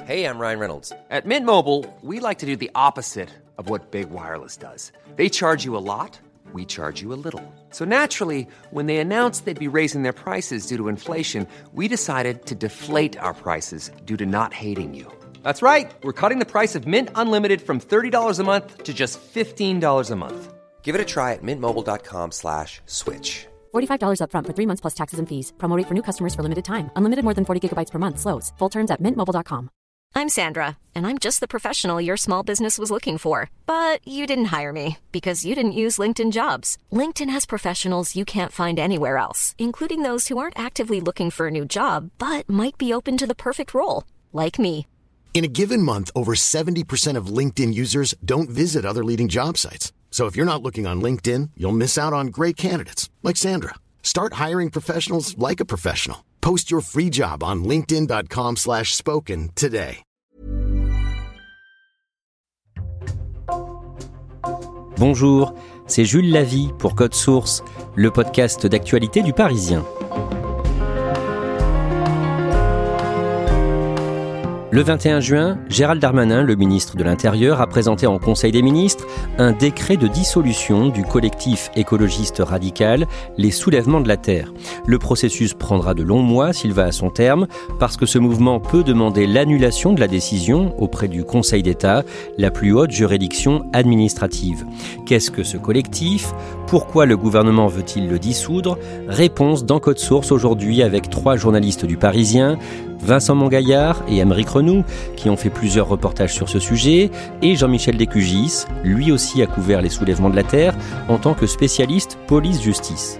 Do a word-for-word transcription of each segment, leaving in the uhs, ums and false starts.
Hey, I'm Ryan Reynolds. At Mint Mobile, we like to do the opposite of what Big Wireless does. They charge you a lot, we charge you a little. So naturally, when they announced they'd be raising their prices due to inflation, we decided to deflate our prices due to not hating you. That's right. We're cutting the price of Mint Unlimited from thirty dollars a month to just fifteen dollars a month. Give it a try at mintmobile.com slash switch. forty-five dollars up front for three months plus taxes and fees. Promo rate for new customers for limited time. Unlimited more than forty gigabytes per month slows. Full terms at mint mobile dot com. I'm Sandra, and I'm just the professional your small business was looking for. But you didn't hire me because you didn't use LinkedIn Jobs. LinkedIn has professionals you can't find anywhere else, including those who aren't actively looking for a new job, but might be open to the perfect role, like me. In a given month, over seventy percent of LinkedIn users don't visit other leading job sites. So if you're not looking on LinkedIn, you'll miss out on great candidates like Sandra. Start hiring professionals like a professional. Post your free job on linkedin.com slash spoken today. Bonjour, c'est Jules Lavie pour Code Source, le podcast d'actualité du Parisien. Le vingt et un juin, Gérald Darmanin, le ministre de l'Intérieur, a présenté en Conseil des ministres un décret de dissolution du collectif écologiste radical Les Soulèvements de la Terre. Le processus prendra de longs mois s'il va à son terme, parce que ce mouvement peut demander l'annulation de la décision auprès du Conseil d'État, la plus haute juridiction administrative. Qu'est-ce que ce collectif ? Pourquoi le gouvernement veut-il le dissoudre ? Réponse dans Code Source aujourd'hui avec trois journalistes du Parisien, Vincent Mongaillard et Aymeric Renou, qui ont fait plusieurs reportages sur ce sujet, et Jean-Michel Descugis, lui aussi a couvert les soulèvements de la Terre en tant que spécialiste police-justice.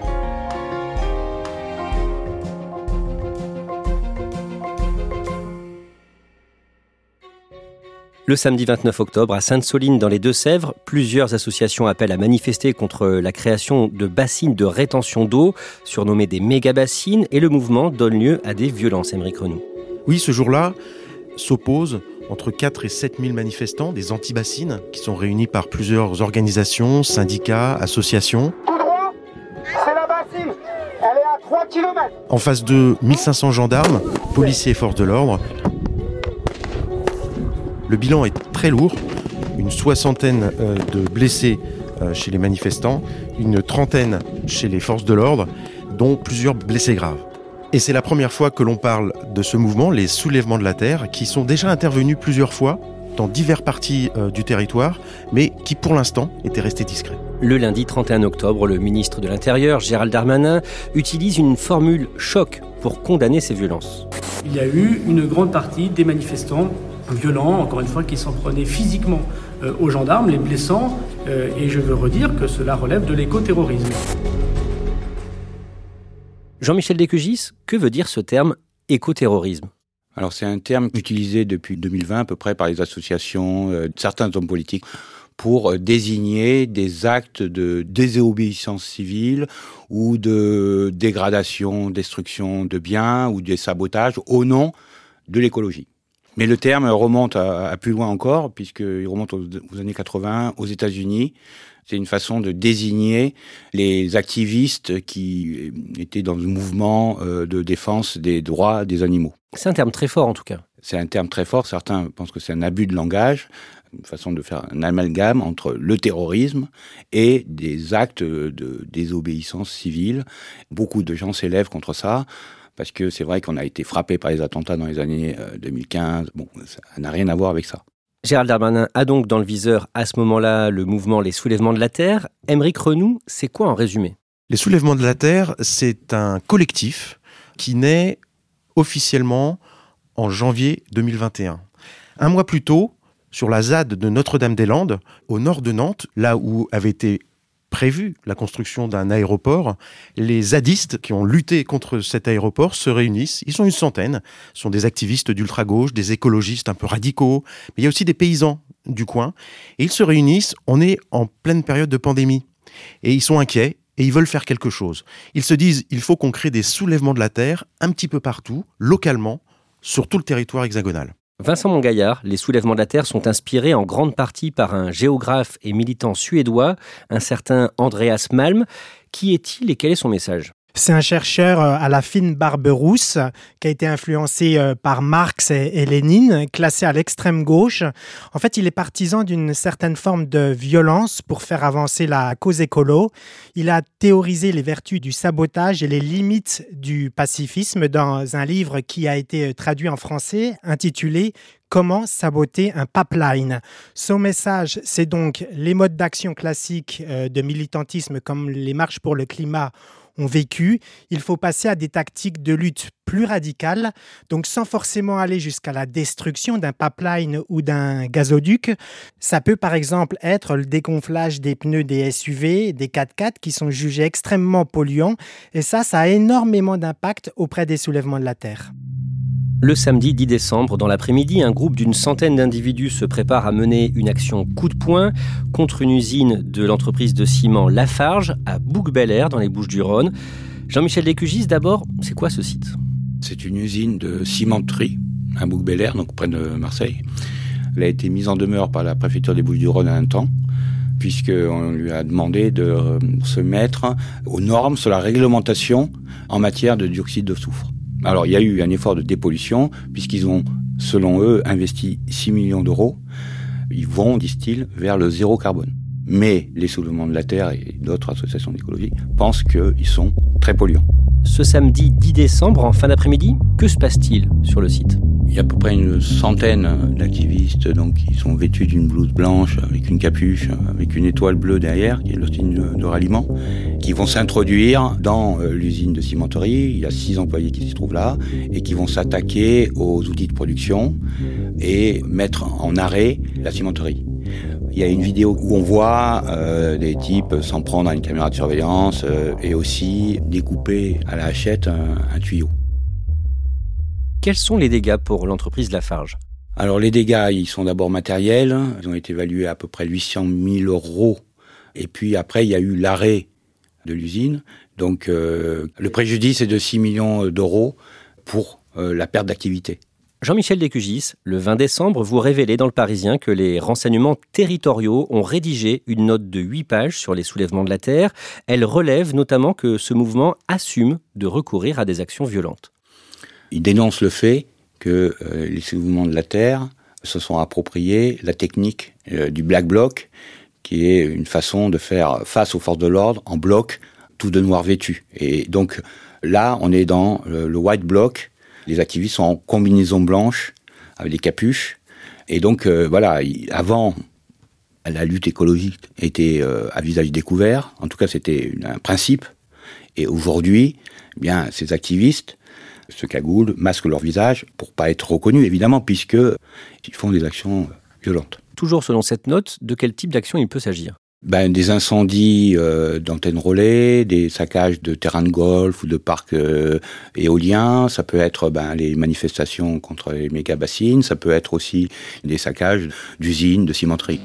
Le samedi vingt-neuf octobre, à Sainte-Soline, dans les Deux-Sèvres, plusieurs associations appellent à manifester contre la création de bassines de rétention d'eau, surnommées des méga-bassines, et le mouvement donne lieu à des violences. Aymeric Renou. Oui, ce jour-là s'opposent entre quatre et sept mille manifestants, des anti-bassines, qui sont réunis par plusieurs organisations, syndicats, associations. Tout droit, c'est la bassine, elle est à trois kilomètres. En face d'eux, mille cinq cents gendarmes, policiers et forces de l'ordre. Le bilan est très lourd, une soixantaine euh, de blessés euh, chez les manifestants, une trentaine chez les forces de l'ordre, dont plusieurs blessés graves. Et c'est la première fois que l'on parle de ce mouvement, les Soulèvements de la Terre, qui sont déjà intervenus plusieurs fois dans diverses parties euh, du territoire, mais qui pour l'instant étaient restés discrets. Le lundi trente et un octobre, le ministre de l'Intérieur, Gérald Darmanin, utilise une formule choc pour condamner ces violences. Il y a eu une grande partie des manifestants violents, encore une fois, qui s'en prenaient physiquement euh, aux gendarmes, les blessant, euh, et je veux redire que cela relève de l'écoterrorisme. Jean-Michel Descugis, que veut dire ce terme écoterrorisme ? Alors c'est un terme utilisé depuis deux mille vingt à peu près par les associations, euh, certains hommes politiques, pour euh, désigner des actes de désobéissance civile ou de dégradation, destruction de biens ou des sabotages au nom de l'écologie. Mais le terme remonte à, à plus loin encore, puisqu'il remonte aux, aux années quatre-vingts, aux États-Unis. C'est une façon de désigner les activistes qui étaient dans le mouvement euh, de défense des droits des animaux. C'est un terme très fort en tout cas. C'est un terme très fort. Certains pensent que c'est un abus de langage, une façon de faire un amalgame entre le terrorisme et des actes de désobéissance civile. Beaucoup de gens s'élèvent contre ça. Parce que c'est vrai qu'on a été frappé par les attentats dans les années deux mille quinze. Bon, ça n'a rien à voir avec ça. Gérald Darmanin a donc dans le viseur, à ce moment-là, le mouvement Les Soulèvements de la Terre. Aymeric Renou, c'est quoi en résumé ? Les Soulèvements de la Terre, c'est un collectif qui naît officiellement en janvier deux mille vingt et un. Un mois plus tôt, sur la Z A D de Notre-Dame-des-Landes, au nord de Nantes, là où avait été prévu la construction d'un aéroport, les zadistes qui ont lutté contre cet aéroport se réunissent. Ils sont une centaine. Ce sont des activistes d'ultra-gauche, des écologistes un peu radicaux, mais il y a aussi des paysans du coin. Et ils se réunissent. On est en pleine période de pandémie. Et ils sont inquiets et ils veulent faire quelque chose. Ils se disent, il faut qu'on crée des soulèvements de la terre un petit peu partout, localement, sur tout le territoire hexagonal. Vincent Mongaillard, les soulèvements de la Terre sont inspirés en grande partie par un géographe et militant suédois, un certain Andreas Malm. Qui est-il et quel est son message ? C'est un chercheur à la fine barbe rousse qui a été influencé par Marx et Lénine, classé à l'extrême gauche. En fait, il est partisan d'une certaine forme de violence pour faire avancer la cause écolo. Il a théorisé les vertus du sabotage et les limites du pacifisme dans un livre qui a été traduit en français intitulé « Comment saboter un pipeline ». Son message, c'est donc les modes d'action classiques de militantisme comme les marches pour le climat ont vécu, il faut passer à des tactiques de lutte plus radicales, donc sans forcément aller jusqu'à la destruction d'un pipeline ou d'un gazoduc. Ça peut par exemple être le dégonflage des pneus des S U V, des quatre-quatre qui sont jugés extrêmement polluants, et ça, ça a énormément d'impact auprès des soulèvements de la Terre. Le samedi dix décembre, dans l'après-midi, un groupe d'une centaine d'individus se prépare à mener une action coup de poing contre une usine de l'entreprise de ciment Lafarge à Bouc-Bel-Air, dans les Bouches-du-Rhône. Jean-Michel Descugis, d'abord, c'est quoi ce site ? C'est une usine de cimenterie à Bouc-Bel-Air, donc près de Marseille. Elle a été mise en demeure par la préfecture des Bouches-du-Rhône à un temps, puisqu'on lui a demandé de se mettre aux normes sur la réglementation en matière de dioxyde de soufre. Alors, il y a eu un effort de dépollution, puisqu'ils ont, selon eux, investi six millions d'euros. Ils vont, disent-ils, vers le zéro carbone. Mais les soulèvements de la Terre et d'autres associations d'écologie pensent qu'ils sont très polluants. Ce samedi dix décembre, en fin d'après-midi, que se passe-t-il sur le site ? Il y a à peu près une centaine d'activistes, donc ils sont vêtus d'une blouse blanche avec une capuche, avec une étoile bleue derrière, qui est le signe de ralliement, qui vont s'introduire dans l'usine de cimenterie. Il y a six employés qui se trouvent là et qui vont s'attaquer aux outils de production et mettre en arrêt la cimenterie. Il y a une vidéo où on voit euh, des types s'en prendre à une caméra de surveillance euh, et aussi découper à la hachette un, un tuyau. Quels sont les dégâts pour l'entreprise Lafarge ? Alors les dégâts, ils sont d'abord matériels. Ils ont été évalués à peu près huit cent mille euros. Et puis après, il y a eu l'arrêt de l'usine. Donc euh, le préjudice est de six millions d'euros pour euh, la perte d'activité. Jean-Michel Descugis, le vingt décembre, vous révélez dans Le Parisien que les renseignements territoriaux ont rédigé une note de huit pages sur les soulèvements de la Terre. Elle relève notamment que ce mouvement assume de recourir à des actions violentes. Il dénonce le fait que euh, les soulèvements de la Terre se sont appropriés la technique euh, du Black Bloc, qui est une façon de faire face aux forces de l'ordre en bloc, tout de noir vêtu. Et donc là, on est dans le, le White Bloc. Les activistes sont en combinaison blanche, avec des capuches. Et donc, euh, voilà, avant, la lutte écologique était euh, à visage découvert. En tout cas, c'était un principe. Et aujourd'hui, eh bien, ces activistes se cagoulent, masquent leur visage pour pas être reconnus, évidemment, puisqu'ils font des actions violentes. Toujours selon cette note, de quel type d'action il peut s'agir ? Ben, des incendies euh, d'antennes relais, des saccages de terrains de golf ou de parcs euh, éoliens. Ça peut être ben, les manifestations contre les méga-bassines. Ça peut être aussi des saccages d'usines, de cimenteries.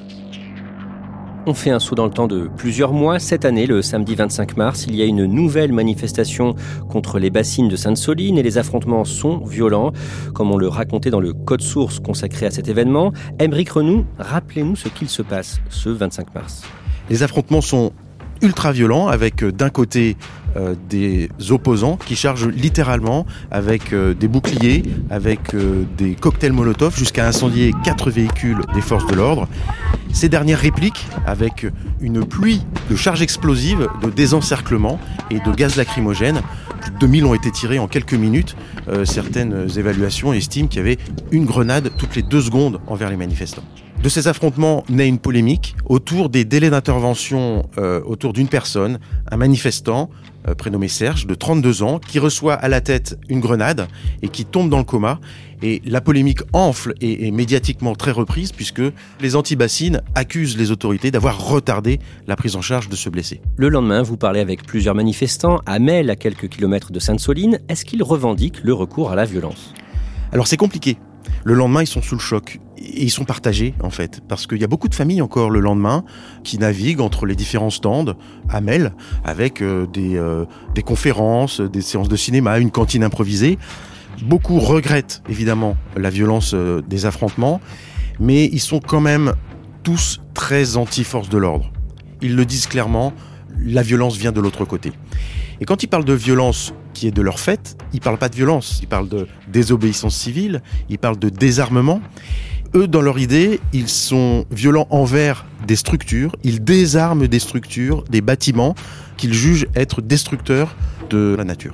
On fait un saut dans le temps de plusieurs mois. Cette année, le samedi vingt-cinq mars, il y a une nouvelle manifestation contre les bassines de Sainte-Soline et les affrontements sont violents, comme on le racontait dans le code source consacré à cet événement. Aymeric Renou, rappelez-nous ce qu'il se passe ce vingt-cinq mars. Les affrontements sont ultra violents avec euh, d'un côté euh, des opposants qui chargent littéralement avec euh, des boucliers, avec euh, des cocktails Molotov jusqu'à incendier quatre véhicules des forces de l'ordre. Ces dernières répliquent avec une pluie de charges explosives, de désencerclement et de gaz lacrymogène. Plus de deux mille ont été tirés en quelques minutes. Euh, certaines évaluations estiment qu'il y avait une grenade toutes les deux secondes envers les manifestants. De ces affrontements naît une polémique autour des délais d'intervention euh, autour d'une personne, un manifestant euh, prénommé Serge, de trente-deux ans, qui reçoit à la tête une grenade et qui tombe dans le coma. Et la polémique enfle et est médiatiquement très reprise puisque les anti-bassines accusent les autorités d'avoir retardé la prise en charge de ce blessé. Le lendemain, vous parlez avec plusieurs manifestants à Melle, à quelques kilomètres de Sainte-Soline. Est-ce qu'ils revendiquent le recours à la violence ? Alors c'est compliqué. Le lendemain, ils sont sous le choc. Et ils sont partagés, en fait. Parce qu'il y a beaucoup de familles encore le lendemain qui naviguent entre les différents stands à Melle avec euh, des, euh, des conférences, des séances de cinéma, une cantine improvisée. Beaucoup regrettent, évidemment, la violence euh, des affrontements. Mais ils sont quand même tous très anti-force de l'ordre. Ils le disent clairement. la violence vient de l'autre côté. Et quand ils parlent de violence qui est de leur fait, ils ne parlent pas de violence, ils parlent de désobéissance civile, ils parlent de désarmement. Eux, dans leur idée, ils sont violents envers des structures, ils désarment des structures, des bâtiments qu'ils jugent être destructeurs de la nature.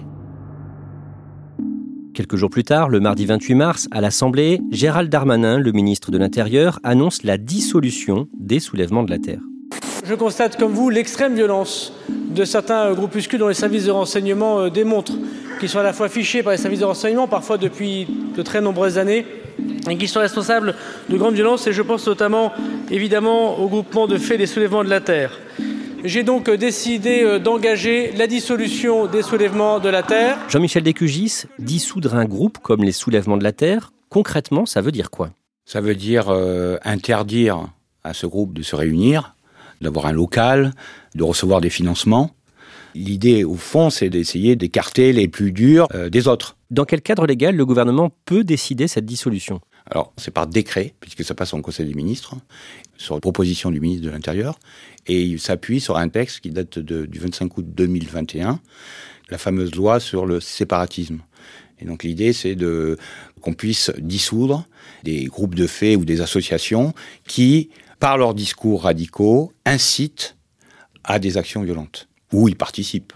Quelques jours plus tard, le mardi vingt-huit mars, à l'Assemblée, Gérald Darmanin, le ministre de l'Intérieur, annonce la dissolution des soulèvements de la Terre. Je constate comme vous l'extrême violence de certains groupuscules dont les services de renseignement démontrent qu'ils sont à la fois fichés par les services de renseignement, parfois depuis de très nombreuses années, et qui sont responsables de grandes violences. Et je pense notamment, évidemment, au groupement de faits des soulèvements de la Terre. J'ai donc décidé d'engager la dissolution des soulèvements de la Terre. Jean-Michel Descugis, dissoudre un groupe comme les soulèvements de la Terre, concrètement, ça veut dire quoi ? Ça veut dire euh, interdire à ce groupe de se réunir, d'avoir un local, de recevoir des financements. L'idée, au fond, c'est d'essayer d'écarter les plus durs euh, des autres. Dans quel cadre légal le gouvernement peut décider cette dissolution ? Alors, c'est par décret, puisque ça passe en Conseil des ministres, sur proposition du ministre de l'Intérieur, et il s'appuie sur un texte qui date de, du vingt-cinq août deux mille vingt et un, la fameuse loi sur le séparatisme. Et donc l'idée, c'est de, qu'on puisse dissoudre des groupes de faits ou des associations qui, par leurs discours radicaux, incitent à des actions violentes, ou y participent.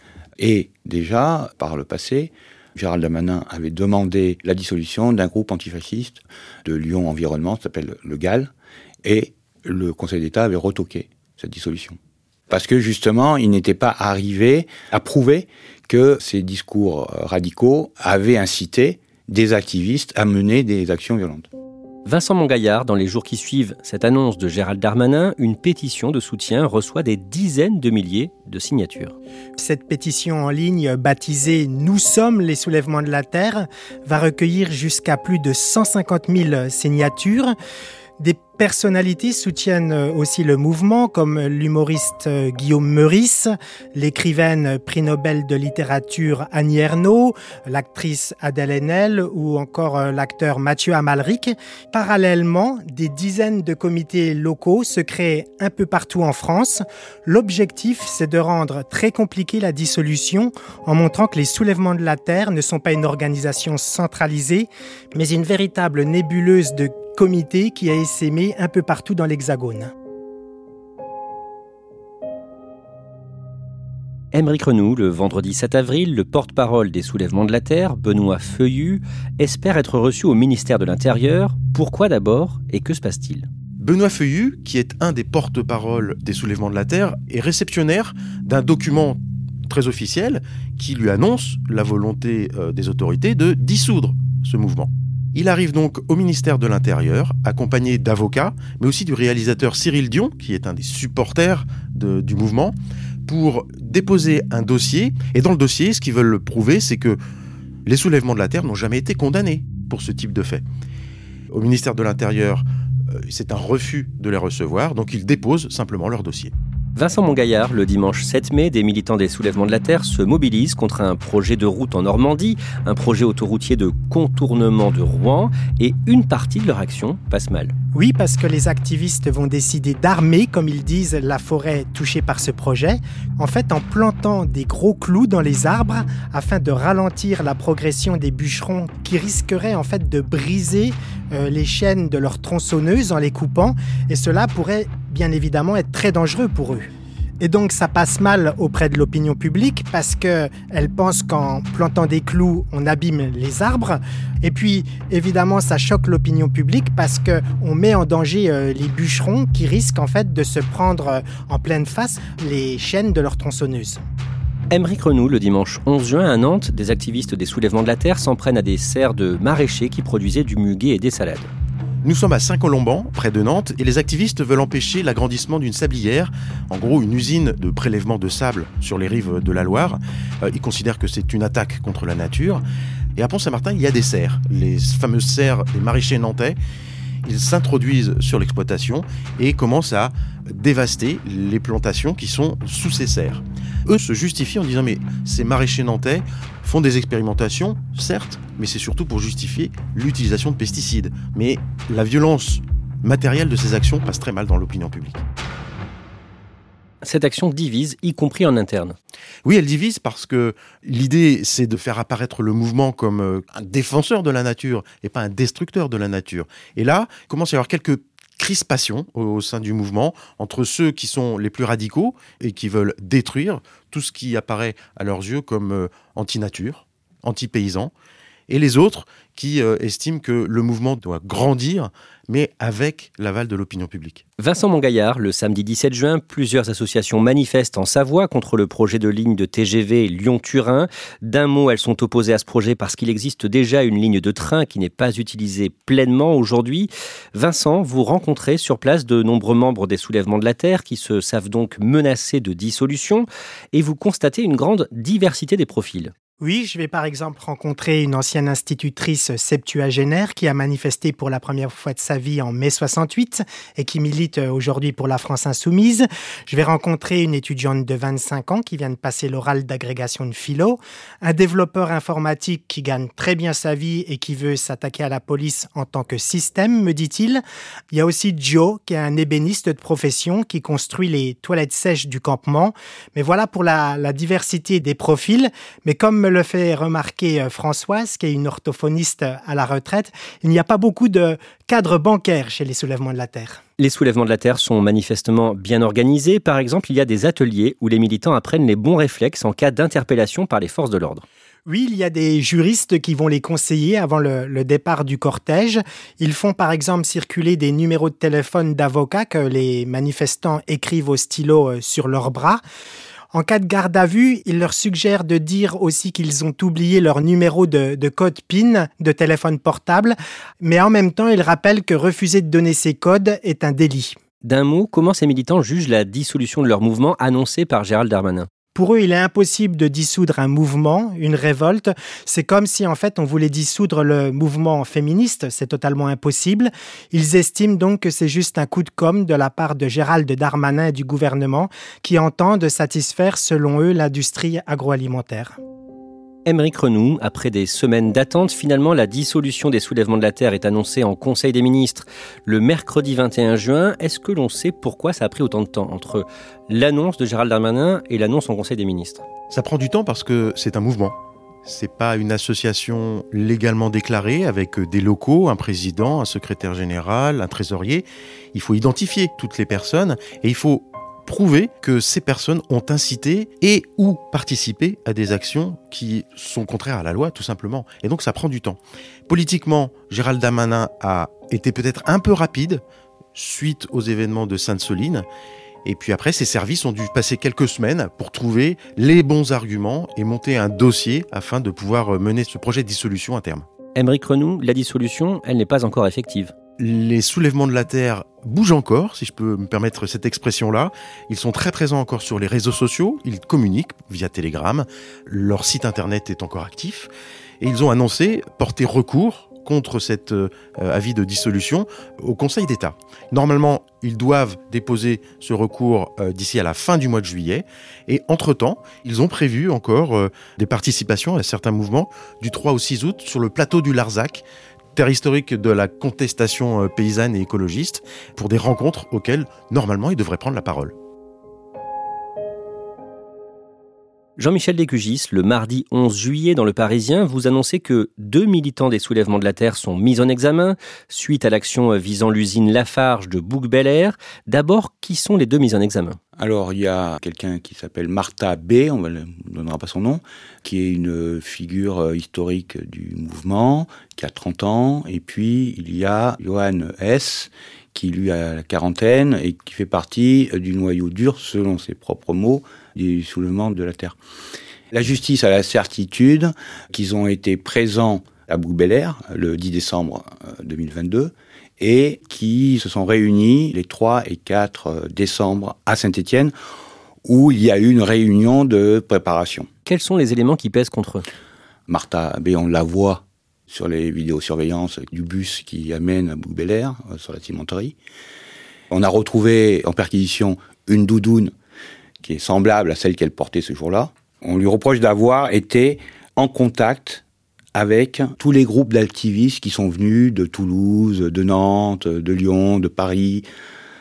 Et déjà, par le passé, Gérald Darmanin avait demandé la dissolution d'un groupe antifasciste de Lyon Environnement, qui s'appelle le G A L, et le Conseil d'État avait retoqué cette dissolution. Parce que justement, il n'était pas arrivé à prouver que ces discours radicaux avaient incité des activistes à mener des actions violentes. Vincent Mongaillard, dans les jours qui suivent cette annonce de Gérald Darmanin, une pétition de soutien reçoit des dizaines de milliers de signatures. Cette pétition en ligne, baptisée « Nous sommes les soulèvements de la Terre », va recueillir jusqu'à plus de cent cinquante mille signatures. Des personnalités soutiennent aussi le mouvement, comme l'humoriste Guillaume Meurice, l'écrivaine prix Nobel de littérature Annie Ernaux, l'actrice Adèle Haenel ou encore l'acteur Mathieu Amalric. Parallèlement, des dizaines de comités locaux se créent un peu partout en France. L'objectif, c'est de rendre très compliquée la dissolution en montrant que les soulèvements de la Terre ne sont pas une organisation centralisée, mais une véritable nébuleuse de comité qui a essaimé un peu partout dans l'Hexagone. Aymeric Renou, le vendredi sept avril, le porte-parole des soulèvements de la Terre, Benoît Feuillu, espère être reçu au ministère de l'Intérieur. Pourquoi d'abord et que se passe-t-il ? Benoît Feuillu, qui est un des porte-parole des soulèvements de la Terre, est réceptionnaire d'un document très officiel qui lui annonce la volonté euh, des autorités de dissoudre ce mouvement. Il arrive donc au ministère de l'Intérieur, accompagné d'avocats, mais aussi du réalisateur Cyril Dion, qui est un des supporters de, du mouvement, pour déposer un dossier. Et dans le dossier, ce qu'ils veulent prouver, c'est que les soulèvements de la Terre n'ont jamais été condamnés pour ce type de fait. Au ministère de l'Intérieur, c'est un refus de les recevoir, donc ils déposent simplement leur dossier. Vincent Mongaillard, le dimanche sept mai, des militants des soulèvements de la Terre se mobilisent contre un projet de route en Normandie, un projet autoroutier de contournement de Rouen, et une partie de leur action passe mal. Oui, parce que les activistes vont décider d'armer, comme ils disent, la forêt touchée par ce projet, en fait en plantant des gros clous dans les arbres afin de ralentir la progression des bûcherons qui risqueraient en fait de briser euh, les chaînes de leurs tronçonneuses en les coupant, et cela pourrait bien évidemment être très dangereux pour eux. Et donc ça passe mal auprès de l'opinion publique parce qu'elle pense qu'en plantant des clous, on abîme les arbres. Et puis évidemment ça choque l'opinion publique parce qu'on met en danger euh, les bûcherons qui risquent en fait de se prendre euh, en pleine face les chaînes de leurs tronçonneuses. Aymeric Renou, le dimanche onze juin à Nantes, des activistes des soulèvements de la Terre s'en prennent à des serres de maraîchers qui produisaient du muguet et des salades. Nous sommes à Saint-Colomban, près de Nantes, et les activistes veulent empêcher l'agrandissement d'une sablière, en gros une usine de prélèvement de sable sur les rives de la Loire. Euh, ils considèrent que c'est une attaque contre la nature. Et à Pont-Saint-Martin, il y a des serres, les fameuses serres des maraîchers nantais. Ils s'introduisent sur l'exploitation et commencent à dévaster les plantations qui sont sous ces serres. Eux se justifient en disant « mais ces maraîchers nantais font des expérimentations, certes, mais c'est surtout pour justifier l'utilisation de pesticides. » Mais la violence matérielle de ces actions passe très mal dans l'opinion publique. Cette action divise, y compris en interne. Oui, elle divise parce que l'idée, c'est de faire apparaître le mouvement comme un défenseur de la nature et pas un destructeur de la nature. Et là, il commence à y avoir quelques crispations au sein du mouvement entre ceux qui sont les plus radicaux et qui veulent détruire tout ce qui apparaît à leurs yeux comme anti-nature, anti-paysan, et les autres qui euh, estiment que le mouvement doit grandir, mais avec l'aval de l'opinion publique. Vincent Montgaillard, le samedi dix-sept juin, plusieurs associations manifestent en Savoie contre le projet de ligne de T G V Lyon-Turin. D'un mot, elles sont opposées à ce projet parce qu'il existe déjà une ligne de train qui n'est pas utilisée pleinement aujourd'hui. Vincent, vous rencontrez sur place de nombreux membres des Soulèvements de la Terre qui se savent donc menacés de dissolution et vous constatez une grande diversité des profils. Oui, je vais par exemple rencontrer une ancienne institutrice septuagénaire qui a manifesté pour la première fois de sa vie en mai soixante-huit et qui milite aujourd'hui pour la France insoumise. Je vais rencontrer une étudiante de vingt-cinq ans qui vient de passer l'oral d'agrégation de philo, un développeur informatique qui gagne très bien sa vie et qui veut s'attaquer à la police en tant que système, me dit-il. Il y a aussi Joe, qui est un ébéniste de profession qui construit les toilettes sèches du campement. Mais voilà pour la, la diversité des profils. Mais comme le fait remarquer Françoise, qui est une orthophoniste à la retraite, il n'y a pas beaucoup de cadres bancaires chez les Soulèvements de la Terre. Les Soulèvements de la Terre sont manifestement bien organisés. Par exemple, il y a des ateliers où les militants apprennent les bons réflexes en cas d'interpellation par les forces de l'ordre. Oui, il y a des juristes qui vont les conseiller avant le, le départ du cortège. Ils font par exemple circuler des numéros de téléphone d'avocats que les manifestants écrivent au stylo sur leurs bras. En cas de garde à vue, il leur suggère de dire aussi qu'ils ont oublié leur numéro de, de code P I N de téléphone portable, mais en même temps, il rappelle que refuser de donner ces codes est un délit. D'un mot, comment ces militants jugent la dissolution de leur mouvement annoncée par Gérald Darmanin ? Pour eux, il est impossible de dissoudre un mouvement, une révolte. C'est comme si, en fait, on voulait dissoudre le mouvement féministe. C'est totalement impossible. Ils estiment donc que c'est juste un coup de com' de la part de Gérald Darmanin et du gouvernement qui entendent satisfaire, selon eux, l'industrie agroalimentaire. Aymeric Renou, après des semaines d'attente, finalement la dissolution des Soulèvements de la Terre est annoncée en Conseil des ministres le mercredi vingt et un juin. Est-ce que l'on sait pourquoi ça a pris autant de temps entre l'annonce de Gérald Darmanin et l'annonce en Conseil des ministres ? Ça prend du temps parce que c'est un mouvement. C'est pas une association légalement déclarée avec des locaux, un président, un secrétaire général, un trésorier. Il faut identifier toutes les personnes et il faut prouver que ces personnes ont incité et ou participé à des actions qui sont contraires à la loi, tout simplement. Et donc, ça prend du temps. Politiquement, Gérald Darmanin a été peut-être un peu rapide suite aux événements de Sainte-Soline. Et puis après, ses services ont dû passer quelques semaines pour trouver les bons arguments et monter un dossier afin de pouvoir mener ce projet de dissolution à terme. Aymeric Renou, la dissolution, elle n'est pas encore effective. Les Soulèvements de la Terre bougent encore, si je peux me permettre cette expression-là. Ils sont très présents encore sur les réseaux sociaux, ils communiquent via Telegram, leur site internet est encore actif, et ils ont annoncé porter recours contre cet euh, avis de dissolution au Conseil d'État. Normalement, ils doivent déposer ce recours euh, d'ici à la fin du mois de juillet, et entre-temps, ils ont prévu encore euh, des participations à certains mouvements du trois au six août sur le plateau du Larzac, terre historique de la contestation paysanne et écologiste, pour des rencontres auxquelles, normalement, il devrait prendre la parole. Jean-Michel Descugis, le mardi onze juillet dans Le Parisien, vous annoncez que deux militants des Soulèvements de la Terre sont mis en examen suite à l'action visant l'usine Lafarge de Bouc-Bel-Air. D'abord, qui sont les deux mis en examen ? Alors, il y a quelqu'un qui s'appelle Martha B, on ne donnera pas son nom, qui est une figure historique du mouvement, qui a trente ans. Et puis, il y a Johan S, qui lui a la quarantaine et qui fait partie du noyau dur, selon ses propres mots, du Soulèvement de la Terre. La justice a la certitude qu'ils ont été présents à Bouc-Bel-Air le dix décembre deux mille vingt-deux et qui se sont réunis les trois et quatre décembre à Saint-Étienne, où il y a eu une réunion de préparation. Quels sont les éléments qui pèsent contre eux ? Martha B, on la voit sur les vidéosurveillances du bus qui amène à Bouc-Bel-Air, sur la cimenterie. On a retrouvé en perquisition une doudoune qui est semblable à celle qu'elle portait ce jour-là. On lui reproche d'avoir été en contact avec tous les groupes d'activistes qui sont venus de Toulouse, de Nantes, de Lyon, de Paris.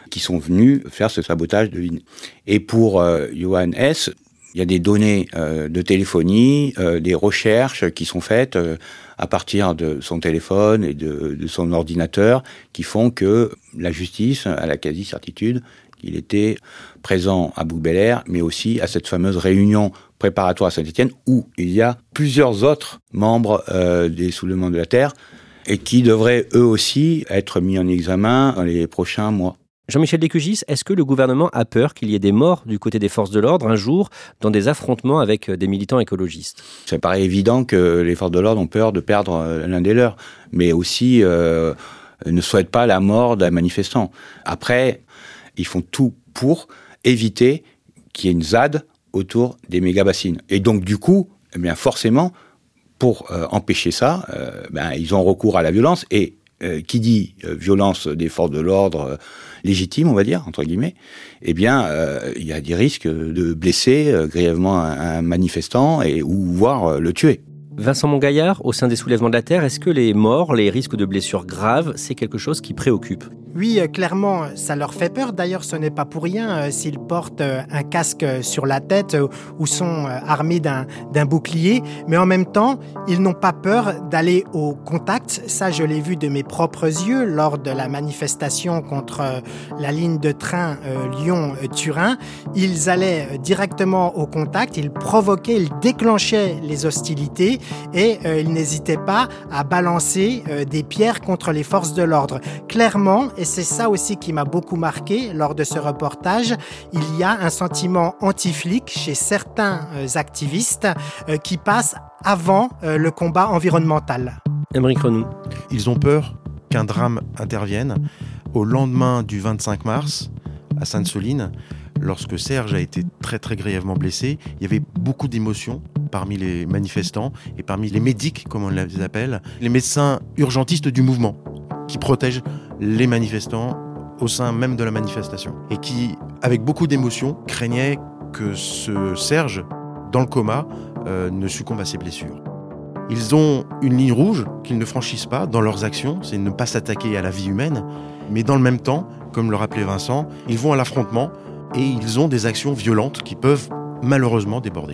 qui sont venus faire ce sabotage de ligne. Et pour euh, Johan Hess, il y a des données euh, de téléphonie, euh, des recherches qui sont faites euh, à partir de son téléphone et de, de son ordinateur qui font que la justice a la quasi-certitude qu'il était présent à Bouc-Bel-Air, mais aussi à cette fameuse réunion préparatoire à Saint-Étienne où il y a plusieurs autres membres euh, des Soulèvements de la Terre et qui devraient eux aussi être mis en examen dans les prochains mois. Jean-Michel Descugis, est-ce que le gouvernement a peur qu'il y ait des morts du côté des forces de l'ordre un jour dans des affrontements avec des militants écologistes ? Ça paraît évident que les forces de l'ordre ont peur de perdre l'un des leurs, mais aussi euh, ne souhaitent pas la mort d'un manifestant. Après, ils font tout pour éviter qu'il y ait une Z A D autour des méga-bassines. Et donc, du coup, eh bien, forcément, pour euh, empêcher ça, euh, ben, ils ont recours à la violence et Euh, qui dit euh, violence des forces de l'ordre euh, légitimes, on va dire, entre guillemets, eh bien, euh, il y a des risques de blesser euh, grièvement un, un manifestant et, ou voire euh, le tuer. Vincent Mongaillard, au sein des Soulèvements de la Terre, est-ce que les morts, les risques de blessures graves, c'est quelque chose qui préoccupe ? Oui, clairement, ça leur fait peur. D'ailleurs, ce n'est pas pour rien s'ils portent un casque sur la tête ou sont armés d'un, d'un bouclier. Mais en même temps, ils n'ont pas peur d'aller au contact. Ça, je l'ai vu de mes propres yeux lors de la manifestation contre la ligne de train Lyon-Turin. Ils allaient directement au contact, ils provoquaient, ils déclenchaient les hostilités et euh, ils n'hésitaient pas à balancer euh, des pierres contre les forces de l'ordre. Clairement, et c'est ça aussi qui m'a beaucoup marqué lors de ce reportage, il y a un sentiment anti-flic chez certains euh, activistes euh, qui passent avant euh, le combat environnemental. Aymeric Renou. Ils ont peur qu'un drame intervienne au lendemain du vingt-cinq mars à Sainte-Soline. Lorsque Serge a été très très grièvement blessé, il y avait beaucoup d'émotions parmi les manifestants et parmi les médics, comme on les appelle, les médecins urgentistes du mouvement, qui protègent les manifestants au sein même de la manifestation. Et qui, avec beaucoup d'émotions, craignaient que ce Serge, dans le coma, euh, ne succombe à ses blessures. Ils ont une ligne rouge qu'ils ne franchissent pas dans leurs actions, c'est ne pas s'attaquer à la vie humaine, mais dans le même temps, comme le rappelait Vincent, ils vont à l'affrontement et ils ont des actions violentes qui peuvent malheureusement déborder.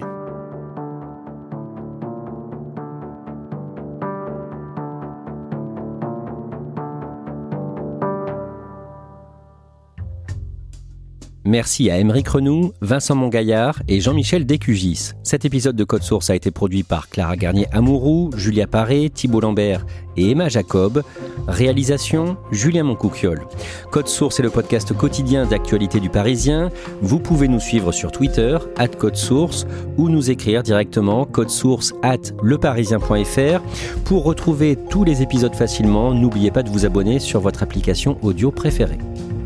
Merci à Aymeric Renou, Vincent Mongaillard et Jean-Michel Descugis. Cet épisode de Code Source a été produit par Clara Garnier-Amouroux, Julia Paré, Thibault Lambert et Emma Jacob. Réalisation, Julien Moncouquiol. Code Source est le podcast quotidien d'actualité du Parisien. Vous pouvez nous suivre sur Twitter, arobase Code Source, ou nous écrire directement codesource arobase leparisien point fr. Pour retrouver tous les épisodes facilement, n'oubliez pas de vous abonner sur votre application audio préférée.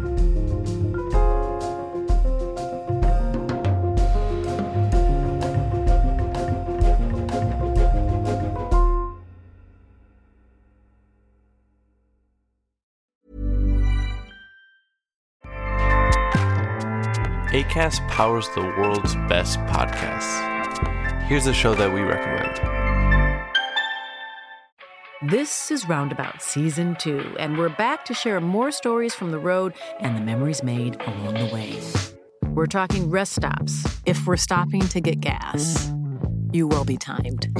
Acast powers the world's best podcasts. Here's a show that we recommend. This is Roundabout Season two, and we're back to share more stories from the road and the memories made along the way. We're talking rest stops, if we're stopping to get gas. You will be timed.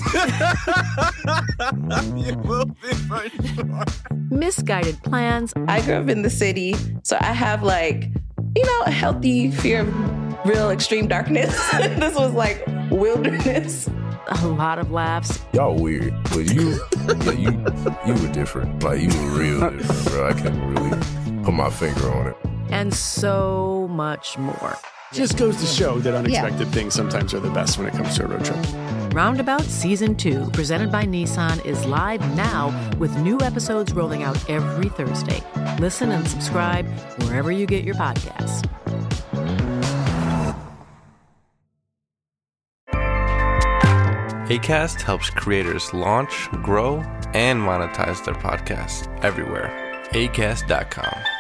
You will be for sure. Misguided plans. I grew up in the city, so I have like, you know, a healthy fear of real extreme darkness. This was like wilderness. A lot of laughs. Y'all weird, but you, yeah, you, you were different. Like you were real different, bro. I can't really put my finger on it. And so much more. Just goes to show that unexpected yeah. things sometimes are the best when it comes to a road trip. Roundabout Season two, presented by Nissan, is live now with new episodes rolling out every Thursday. Listen and subscribe wherever you get your podcasts. Acast helps creators launch, grow, and monetize their podcasts everywhere. acast dot com.